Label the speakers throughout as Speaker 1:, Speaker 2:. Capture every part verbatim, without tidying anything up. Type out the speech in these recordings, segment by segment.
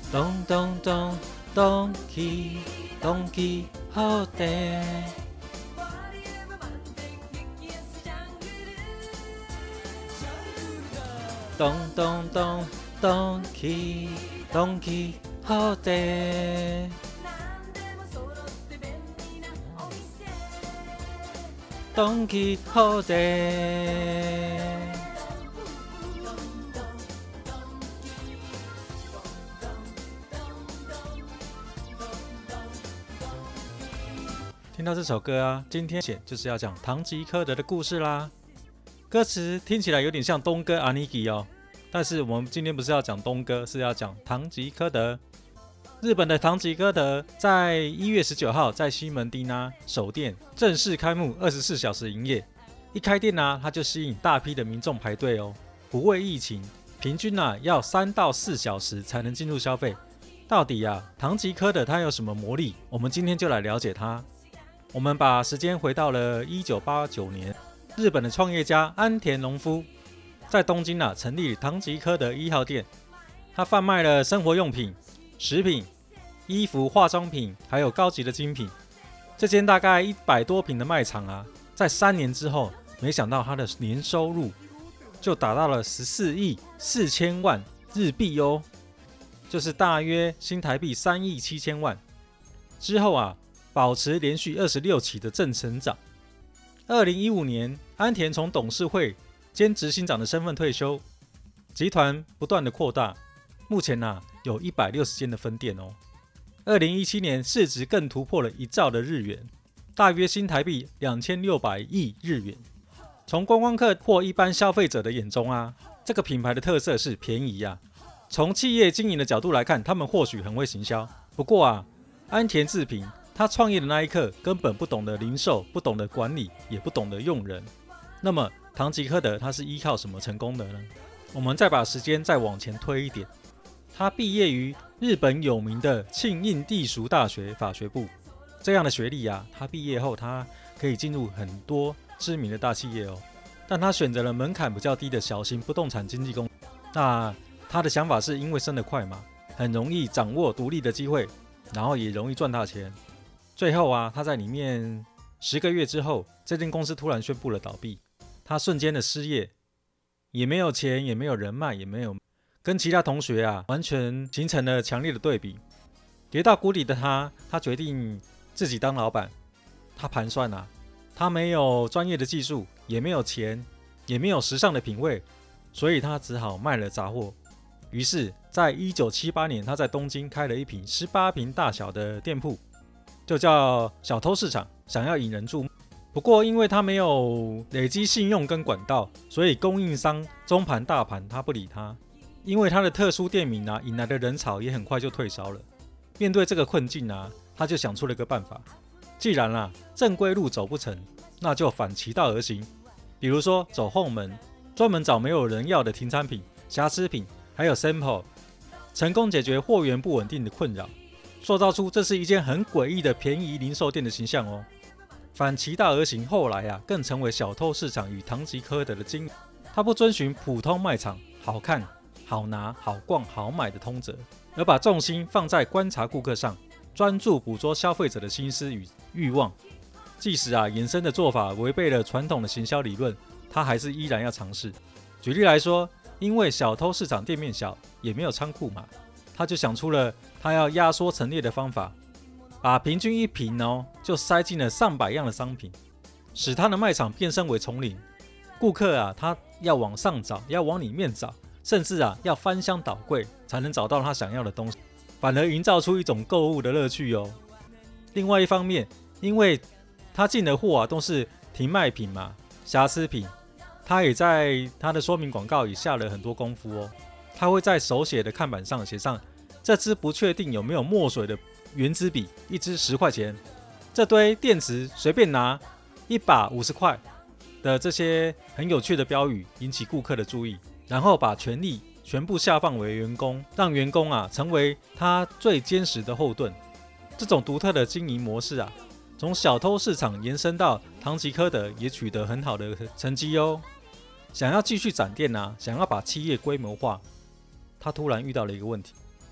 Speaker 1: 咚咚咚咚起咚起好地。咚咚咚咚起咚起好地。咚起好地。听到这首歌啊，今天就是要讲唐吉诃德的故事啦。歌词听起来有点像东哥阿尼基哦，但是我们今天不是要讲东哥，是要讲唐吉诃德。日本的唐吉诃德在一月十九号在西门町啊首店正式开幕，二十四小时营业。一开店啊，它就吸引大批的民众排队哦。不畏疫情，平均啊要三到四小时才能进入消费。到底啊，唐吉诃德它有什么魔力？我们今天就来了解它。我们把时间回到了一九八九年，日本的创业家安田农夫在东京啊成立唐吉诃德一号店，他贩卖了生活用品、食品、衣服、化妆品，还有高级的精品。这间大概一百多平的卖场啊，在三年之后，没想到他的年收入就达到了十四亿四千万日币哦，就是大约新台币三亿七千万。之后啊，保持连续二十六期的正成长。二零一五年，安田从董事会兼执行长的身份退休，集团不断的扩大，目前啊有一百六十间的分店哦。二零一七年市值更突破了一兆的日元，大约新台币两千六百亿日元。从观光客或一般消费者的眼中啊，这个品牌的特色是便宜啊。从企业经营的角度来看，他们或许很会行销，不过啊，安田自评他创业的那一刻根本不懂得零售，不懂得管理，也不懂得用人。那么唐吉诃德他是依靠什么成功的呢？我们再把时间再往前推一点，他毕业于日本有名的庆应地属大学法学部，这样的学历啊，他毕业后他可以进入很多知名的大企业哦。但他选择了门槛比较低的小型不动产经纪公司。那他的想法是因为升得快嘛，很容易掌握独立的机会，然后也容易赚大钱。最后啊，他在里面十个月之后，这间公司突然宣布了倒闭，他瞬间的失业，也没有钱，也没有人脉，也没有跟其他同学啊，完全形成了强烈的对比。跌到谷底的他，他决定自己当老板。他盘算啊，他没有专业的技术，也没有钱，也没有时尚的品味，所以他只好卖了杂货。于是，在一九七八年，他在东京开了一平十八平大小的店铺，就叫小偷市场，想要引人注目。不过因为他没有累积信用跟管道，所以供应商中盘大盘他不理他。因为他的特殊店名啊，引来的人潮也很快就退烧了。面对这个困境啊，他就想出了一个办法。既然啊正规路走不成，那就反其道而行。比如说走后门，专门找没有人要的停产品、瑕疵品，还有 sample， 成功解决货源不稳定的困扰。塑造出这是一间很诡异的便宜零售店的形象哦。反其道而行，后来啊更成为小偷市场与唐吉诃德的经营。他不遵循普通卖场好看、好拿、好逛、好买的通则，而把重心放在观察顾客上，专注捕捉消费者的心思与欲望。即使啊衍生的做法违背了传统的行销理论，他还是依然要尝试。举例来说，因为小偷市场店面小，也没有仓库嘛，他就想出了他要压缩陈列的方法，把平均一瓶哦就塞进了上百样的商品，使他的卖场变身为丛林。顾客啊，他要往上找，要往里面找，甚至啊要翻箱倒柜才能找到他想要的东西，反而营造出一种购物的乐趣哦。另外一方面，因为他进的货啊都是停卖品嘛、瑕疵品，他也在他的说明广告也下了很多功夫哦。他会在手写的看板上写上这支不确定有没有墨水的圆珠笔，一支十块钱；这堆电池随便拿，一把五十块的这些很有趣的标语引起顾客的注意，然后把权力全部下放为员工，让员工啊成为他最坚实的后盾。这种独特的经营模式啊，从小偷市场延伸到唐吉诃德也取得很好的成绩哦。想要继续展店啊，想要把企业规模化，他突然遇到了一个问题，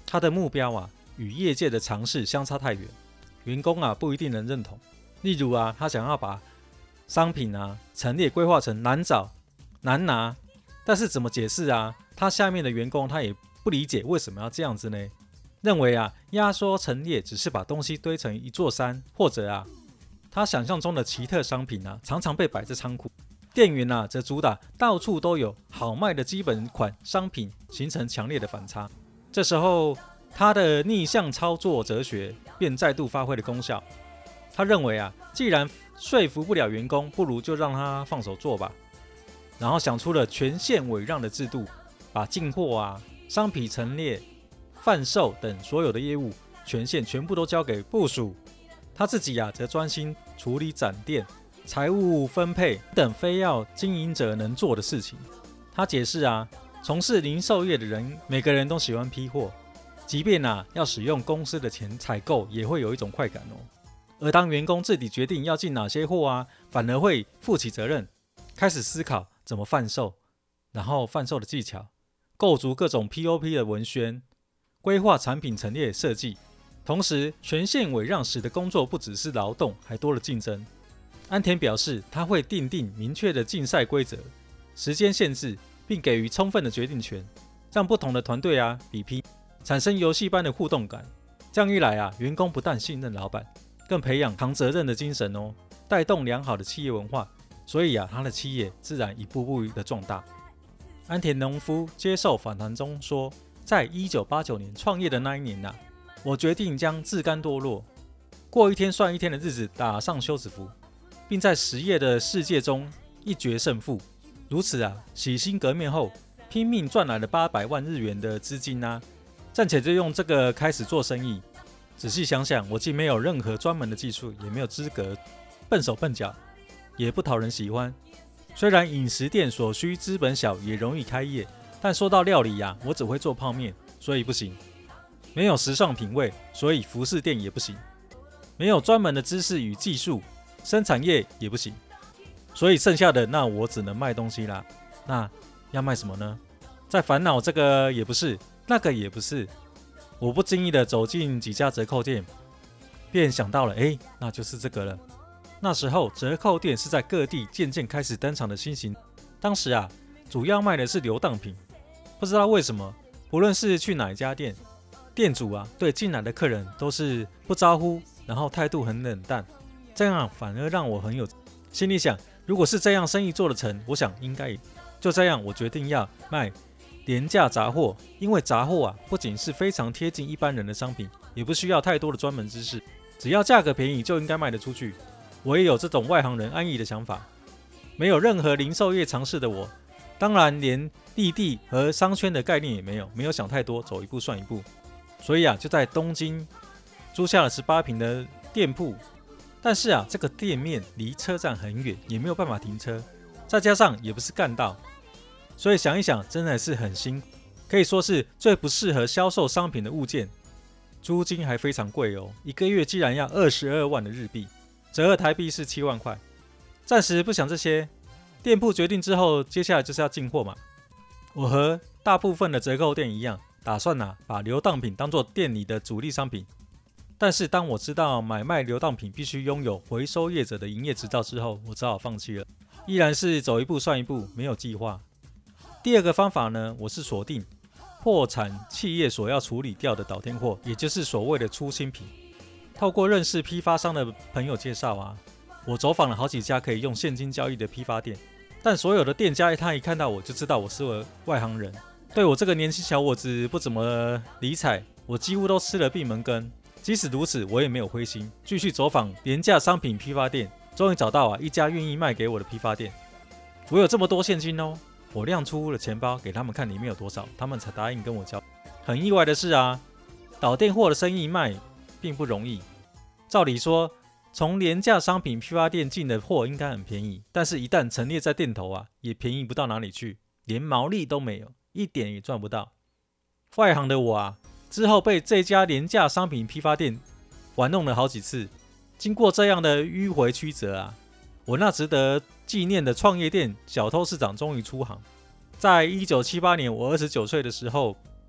Speaker 1: 他的目标啊与业界的尝试相差太远，员工啊不一定能认同。例如啊，他想要把商品啊陈列规划成难找难拿，但是怎么解释啊？他下面的员工他也不理解为什么要这样子呢？认为啊压缩陈列只是把东西堆成一座山，或者啊他想象中的奇特商品啊常常被摆在仓库，店员啊则主打到处都有好卖的基本款商品，形成强烈的反差。这时候他的逆向操作哲学便再度发挥了功效。他认为啊，既然说服不了员工，不如就让他放手做吧。然后想出了权限委让的制度，把进货啊、商品陈列、贩售等所有的业务权限全部都交给部属。他自己啊，则专心处理展店、财务分配等非要经营者能做的事情。他解释啊，从事零售业的人，每个人都喜欢批货，即便啊要使用公司的钱采购，也会有一种快感哦。而当员工自己决定要进哪些货啊，反而会负起责任，开始思考怎么贩售，然后贩售的技巧，构筑各种 P O P 的文宣，规划产品陈列设计。同时，权限委让时的工作不只是劳动，还多了竞争。安田表示，他会订定明确的竞赛规则、时间限制，并给予充分的决定权，让不同的团队啊比拼，产生游戏般的互动感。这样一来啊，员工不但信任老板，更培养扛责任的精神哦，带动良好的企业文化，所以啊，他的企业自然一步步的壮大。安田农夫接受访谈中说，在一九八九年创业的那一年啊，我决定将自甘堕落，过一天算一天的日子，打上休止符，并在实业的世界中一决胜负。如此啊，洗心革面后，拼命赚来了八百万日元的资金啊，暂且就用这个开始做生意。仔细想想，我既没有任何专门的技术，也没有资格，笨手笨脚，也不讨人喜欢。虽然饮食店所需资本小，也容易开业，但说到料理呀、啊，我只会做泡面，所以不行。没有时尚品味，所以服饰店也不行。没有专门的知识与技术，生产业也不行。所以剩下的那我只能卖东西啦。那要卖什么呢？在烦恼这个也不是，那个也不是。我不经意的走进几家折扣店，便想到了，哎，那就是这个了。那时候折扣店是在各地渐渐开始登场的新型。当时啊，主要卖的是流当品。不知道为什么，不论是去哪一家店，店主啊对进来的客人都是不招呼，然后态度很冷淡，这样反而让我很有心里想，如果是这样生意做得成，我想应该也就这样。我决定要卖廉价杂货，因为杂货啊不仅是非常贴近一般人的商品，也不需要太多的专门知识，只要价格便宜就应该卖得出去。我也有这种外行人安逸的想法。没有任何零售业常识的我，当然连立地和商圈的概念也没有，没有想太多，走一步算一步。所以啊，就在东京租下了十八坪的店铺，但是啊，这个店面离车站很远，也没有办法停车，再加上也不是干道。所以想一想，真的是很辛苦，可以说是最不适合销售商品的物件。租金还非常贵哦，一个月竟然要二十二万的日币，折合台币是七万块。暂时不想这些，店铺决定之后，接下来就是要进货嘛。我和大部分的折扣店一样，打算啊把流当品当作店里的主力商品。但是当我知道买卖流当品必须拥有回收业者的营业执照之后，我只好放弃了。依然是走一步算一步，没有计划。第二个方法呢，我是锁定破产企业所要处理掉的倒天货，也就是所谓的出清品。透过认识批发商的朋友介绍啊，我走访了好几家可以用现金交易的批发店，但所有的店家他一看到我就知道我是外行人，对我这个年轻小伙子不怎么理睬，我几乎都吃了闭门羹。即使如此，我也没有灰心，继续走访廉价商品批发店，终于找到啊一家愿意卖给我的批发店。我有这么多现金哦，我亮出了钱包给他们看里面有多少，他们才答应跟我交。很意外的是啊，倒店货的生意卖并不容易。照理说，从廉价商品批发店进的货应该很便宜，但是一旦陈列在店头啊，也便宜不到哪里去，连毛利都没有，一点也赚不到。外行的我啊，之后被这家廉价商品批发店玩弄了好几次。经过这样的迂回曲折啊，我那值得纪念的创业店小偷市长终于出航。在一九七八年，我二十九岁的时候，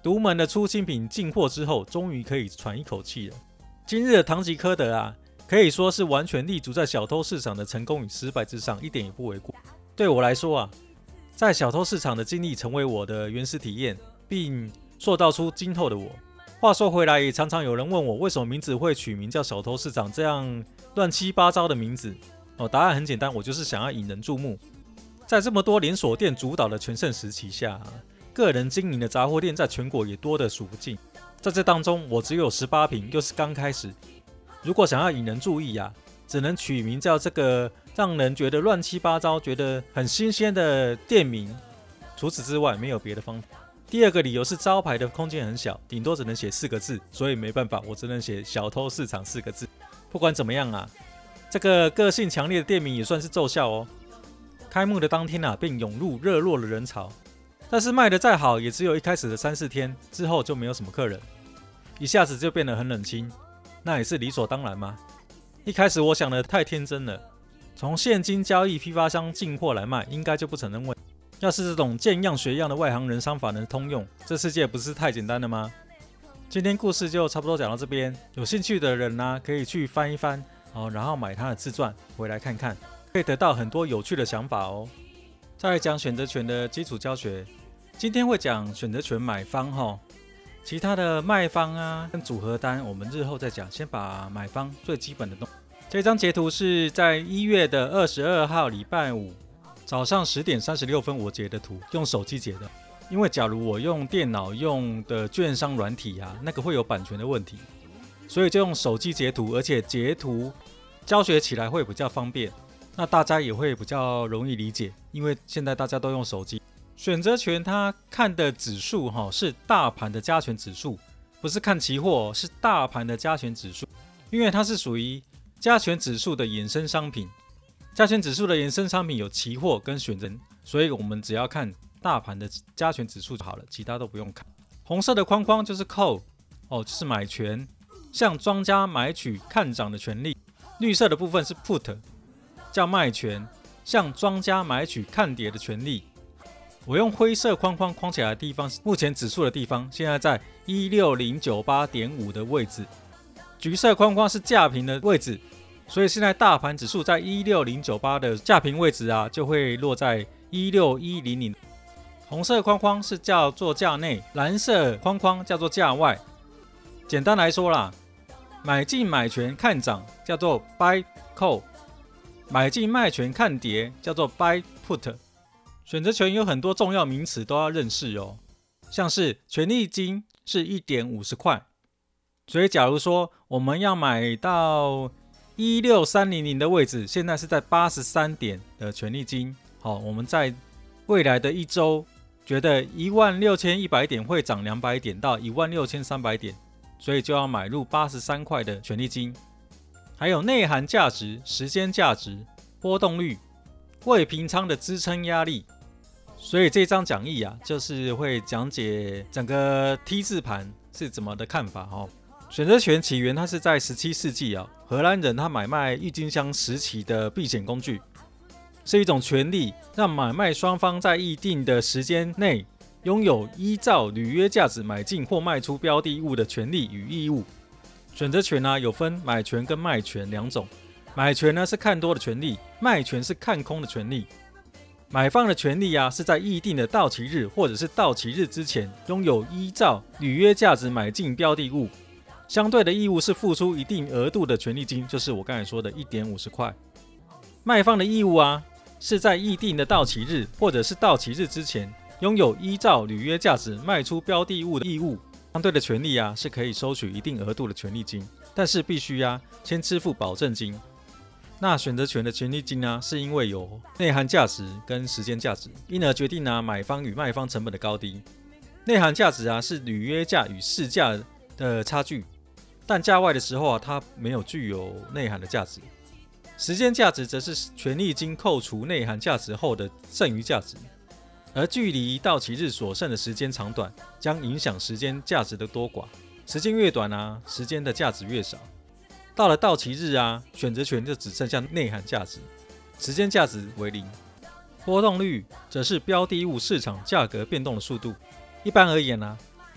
Speaker 1: 独门的出清品进货之后，终于可以喘一口气了。今日的唐吉诃德啊，可以说是完全立足在小偷市场的成功与失败之上，一点也不为过。对我来说啊，在小偷市场的经历成为我的原始体验，并塑造出今后的我。话说回来，也常常有人问我，为什么名字会取名叫小偷市场这样乱七八糟的名字？哦，答案很简单，我就是想要引人注目。在这么多连锁店主导的全盛时期下，个人经营的杂货店在全国也多得数不尽。在这当中，我只有十八坪，又是刚开始。如果想要引人注意啊，只能取名叫这个让人觉得乱七八糟、觉得很新鲜的店名。除此之外，没有别的方法。第二个理由是招牌的空间很小，顶多只能写四个字，所以没办法，我只能写小偷市场四个字。不管怎么样啊，这个个性强烈的店名也算是奏效哦。开幕的当天啊，便涌入热络的人潮。但是卖得再好，也只有一开始的三四天，之后就没有什么客人，一下子就变得很冷清。那也是理所当然嘛。一开始我想的太天真了，从现金交易批发商进货来卖，应该就不成问题。要是这种见样学样的外行人商法能通用，这世界不是太简单了吗？今天故事就差不多讲到这边，有兴趣的人呢、啊，可以去翻一翻哦，然后买他的自传回来看看。可以得到很多有趣的想法哦。再来讲选择权的基础教学，今天会讲选择权买方哈，其他的卖方啊跟组合单我们日后再讲，先把买方最基本的东西。这张截图是在一月的二十二号礼拜五早上十点三十六分我截的图，用手机截的。因为假如我用电脑用的券商软体啊，那个会有版权的问题，所以就用手机截图，而且截图教学起来会比较方便。那大家也会比较容易理解，因为现在大家都用手机。选择权它看的指数哈是大盘的加权指数，不是看期货，是大盘的加权指数，因为它是属于加权指数的衍生商品。加权指数的衍生商品有期货跟选择，所以我们只要看大盘的加权指数就好了，其他都不用看。红色的框框就是 call 哦，就是买权，向庄家买取看涨的权利。绿色的部分是 put。叫卖权，向庄家买取看跌的权利。我用灰色框框框起来的地方是目前指数的地方，现在在 一六零九八点五 的位置。橘色框框是价平的位置，所以现在大盘指数在一六零九八的价平位置啊，就会落在一六一零零。红色框框是叫做价内，蓝色框框叫做价外。简单来说啦，买进买权看涨叫做 buy call。买进卖权看跌叫做 buy put。 选择权有很多重要名词都要认识哦，像是权利金是 一点五十块，所以假如说我们要买到一六三零零的位置，现在是在八十三点的权利金。好，我们在未来的一周觉得一万六千一百点会涨两百点到一万六千三百点，所以就要买入八十三块的权利金。还有内涵价值、时间价值、波动率、未平仓的支撑压力。所以这张讲义啊，就是会讲解整个 T 字盘是怎么的看法哦。选择权起源它是在十七世纪啊，荷兰人他买卖郁金香时期的避险工具，是一种权利，让买卖双方在议定的时间内拥有依照履约价值买进或卖出标的物的权利与义务。选择权啊，有分买权跟卖权两种。买权呢是看多的权利，卖权是看空的权利。买方的权利啊，是在议定的到期日或者是到期日之前，拥有依照履约价值买进标的物。相对的义务是付出一定额度的权利金，就是我刚才说的 一点五十块。卖方的义务啊，是在议定的到期日或者是到期日之前，拥有依照履约价值卖出标的物的义务。相对的权利啊，是可以收取一定额度的权利金，但是必须啊先支付保证金。那选择权的权利金啊，是因为有内涵价值跟时间价值，因而决定啊买方与卖方成本的高低。内涵价值啊是履约价与市价的差距，但价外的时候啊，它没有具有内涵的价值。时间价值则是权利金扣除内涵价值后的剩余价值。而距离到期日所剩的时间长短，将影响时间价值的多寡。时间越短啊，时间的价值越少。到了到期日啊，选择权就只剩下内涵价值，时间价值为零。波动率则是标的物市场价格变动的速度。一般而言啊，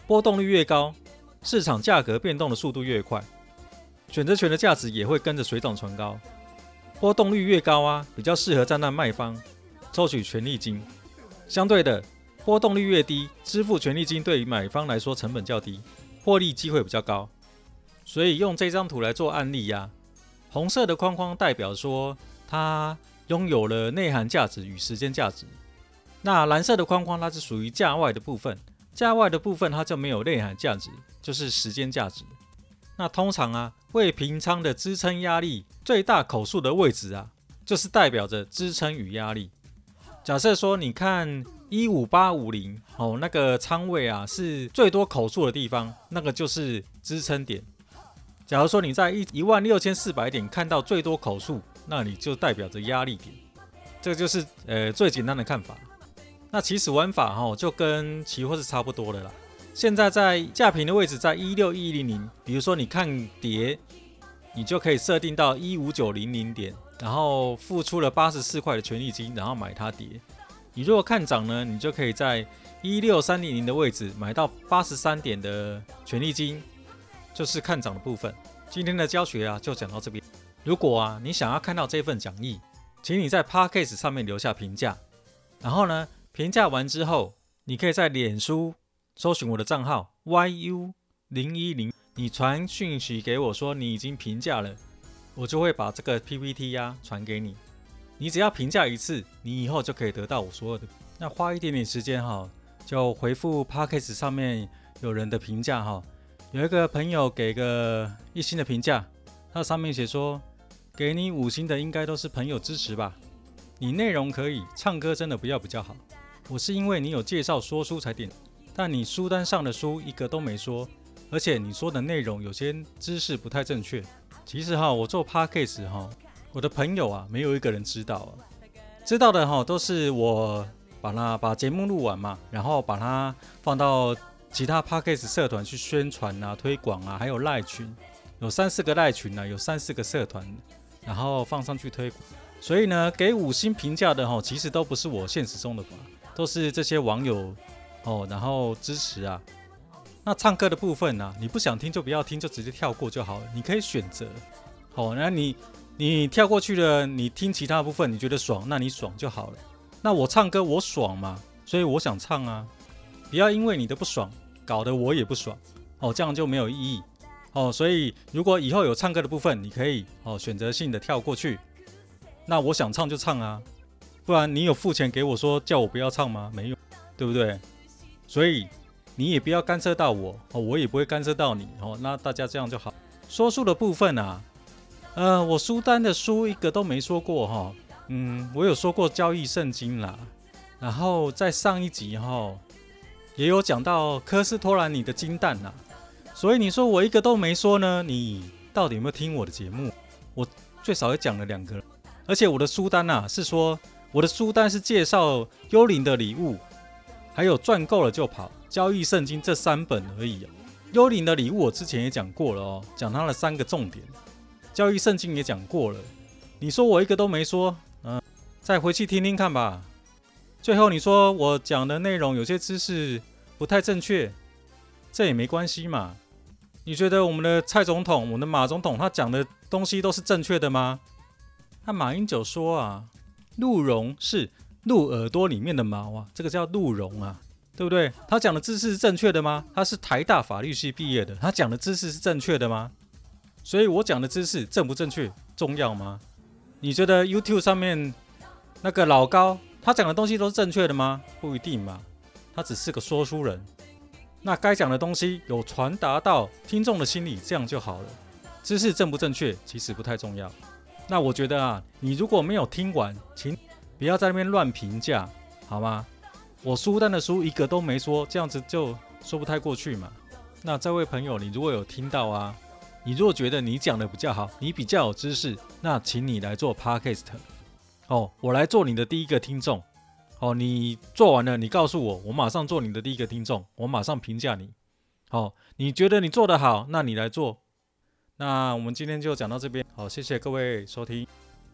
Speaker 1: 波动率越高，市场价格变动的速度越快，选择权的价值也会跟着水涨船高。波动率越高啊，比较适合站在卖方收取权利金。相对的，波动率越低，支付权利金对于买方来说成本较低，获利机会比较高。所以用这张图来做案例呀、啊，红色的框框代表说它拥有了内涵价值与时间价值，那蓝色的框框它是属于价外的部分，价外的部分它就没有内涵价值，就是时间价值。那通常啊，未平仓的支撑压力最大口数的位置啊，就是代表着支撑与压力。假设说你看一五八五零哦，那个仓位啊是最多口数的地方，那个就是支撑点。假如说你在一万六千四百点看到最多口数，那你就代表着压力点。这个就是呃最简单的看法。那起始玩法哈、哦、就跟期货是差不多的啦。现在在价平的位置在一六一零零，比如说你看跌，你就可以设定到一五九零零点，然后付出了八十四块的权利金，然后买它跌。你如果看涨呢，你就可以在一六三零零的位置买到八十三点的权利金，就是看涨的部分。今天的教学啊就讲到这边。如果啊你想要看到这份讲义，请你在 Podcast 上面留下评价，然后呢评价完之后，你可以在脸书搜寻我的账号 Y U 零一零，你传讯息给我说你已经评价了，我就会把这个 P P T 呀传给你。你只要评价一次，你以后就可以得到我所有的。那花一点点时间哈，就回复 Podcast 上面有人的评价哈。有一个朋友给个一星的评价，他上面写说，给你五星的应该都是朋友支持吧？你内容可以，唱歌真的不要比较好。我是因为你有介绍说书才点，但你书单上的书一个都没说，而且你说的内容有些知识不太正确。其实哈，我做 Podcast 哈，我的朋友啊，没有一个人知道啊，知道的哈都是我把它把节目录完嘛，然后把它放到其他 Podcast 社团去宣传啊、推广啊，还有赖群，有三四个赖群啊，有三四个社团，然后放上去推广。所以呢，给五星评价的哈，其实都不是我现实中的吧，都是这些网友哦，然后支持啊。那唱歌的部分啊，你不想听就不要听，就直接跳过就好了。你可以选择，哦，那你你跳过去了，你听其他的部分，你觉得爽，那你爽就好了。那我唱歌我爽嘛，所以我想唱啊。不要因为你的不爽，搞得我也不爽，哦，这样就没有意义，哦，所以如果以后有唱歌的部分，你可以哦选择性的跳过去，那我想唱就唱啊，不然你有付钱给我说叫我不要唱吗？没有，对不对？所以你也不要干涉到我，哦，我也不会干涉到你，哦，那大家这样就好。说书的部分啊，呃，我书单的书一个都没说过哈、哦，嗯，我有说过交易圣经啦，然后在上一集哈、哦。也有讲到科斯托兰尼的金蛋呐、啊，所以你说我一个都没说呢？你到底有没有听我的节目？我最少也讲了两个，而且我的书单啊是说我的书单是介绍幽灵的礼物，还有赚够了就跑、交易圣经这三本而已、哦。幽灵的礼物我之前也讲过了哦，讲它的三个重点，交易圣经也讲过了。你说我一个都没说，嗯、呃，再回去听听看吧。最后你说我讲的内容有些知识不太正确，这也没关系嘛。你觉得我们的蔡总统、我们的马总统他讲的东西都是正确的吗？那马英九说啊，鹿茸是鹿耳朵里面的毛啊，这个叫鹿茸啊，对不对？他讲的知识是正确的吗？他是台大法律系毕业的，他讲的知识是正确的吗？所以我讲的知识正不正确重要吗？你觉得 YouTube 上面那个老高他讲的东西都是正确的吗？不一定嘛，他只是个说书人。那该讲的东西有传达到听众的心里，这样就好了。知识正不正确其实不太重要。那我觉得啊，你如果没有听完，请不要在那边乱评价，好吗？我书单的书一个都没说，这样子就说不太过去嘛。那这位朋友，你如果有听到啊，你如果觉得你讲的比较好，你比较有知识，那请你来做 Podcast。哦，我来做你的第一个听众。哦，你做完了，你告诉我，我马上做你的第一个听众，我马上评价你。好，你觉得你做得好，那你来做。那我们今天就讲到这边，好，谢谢各位收听。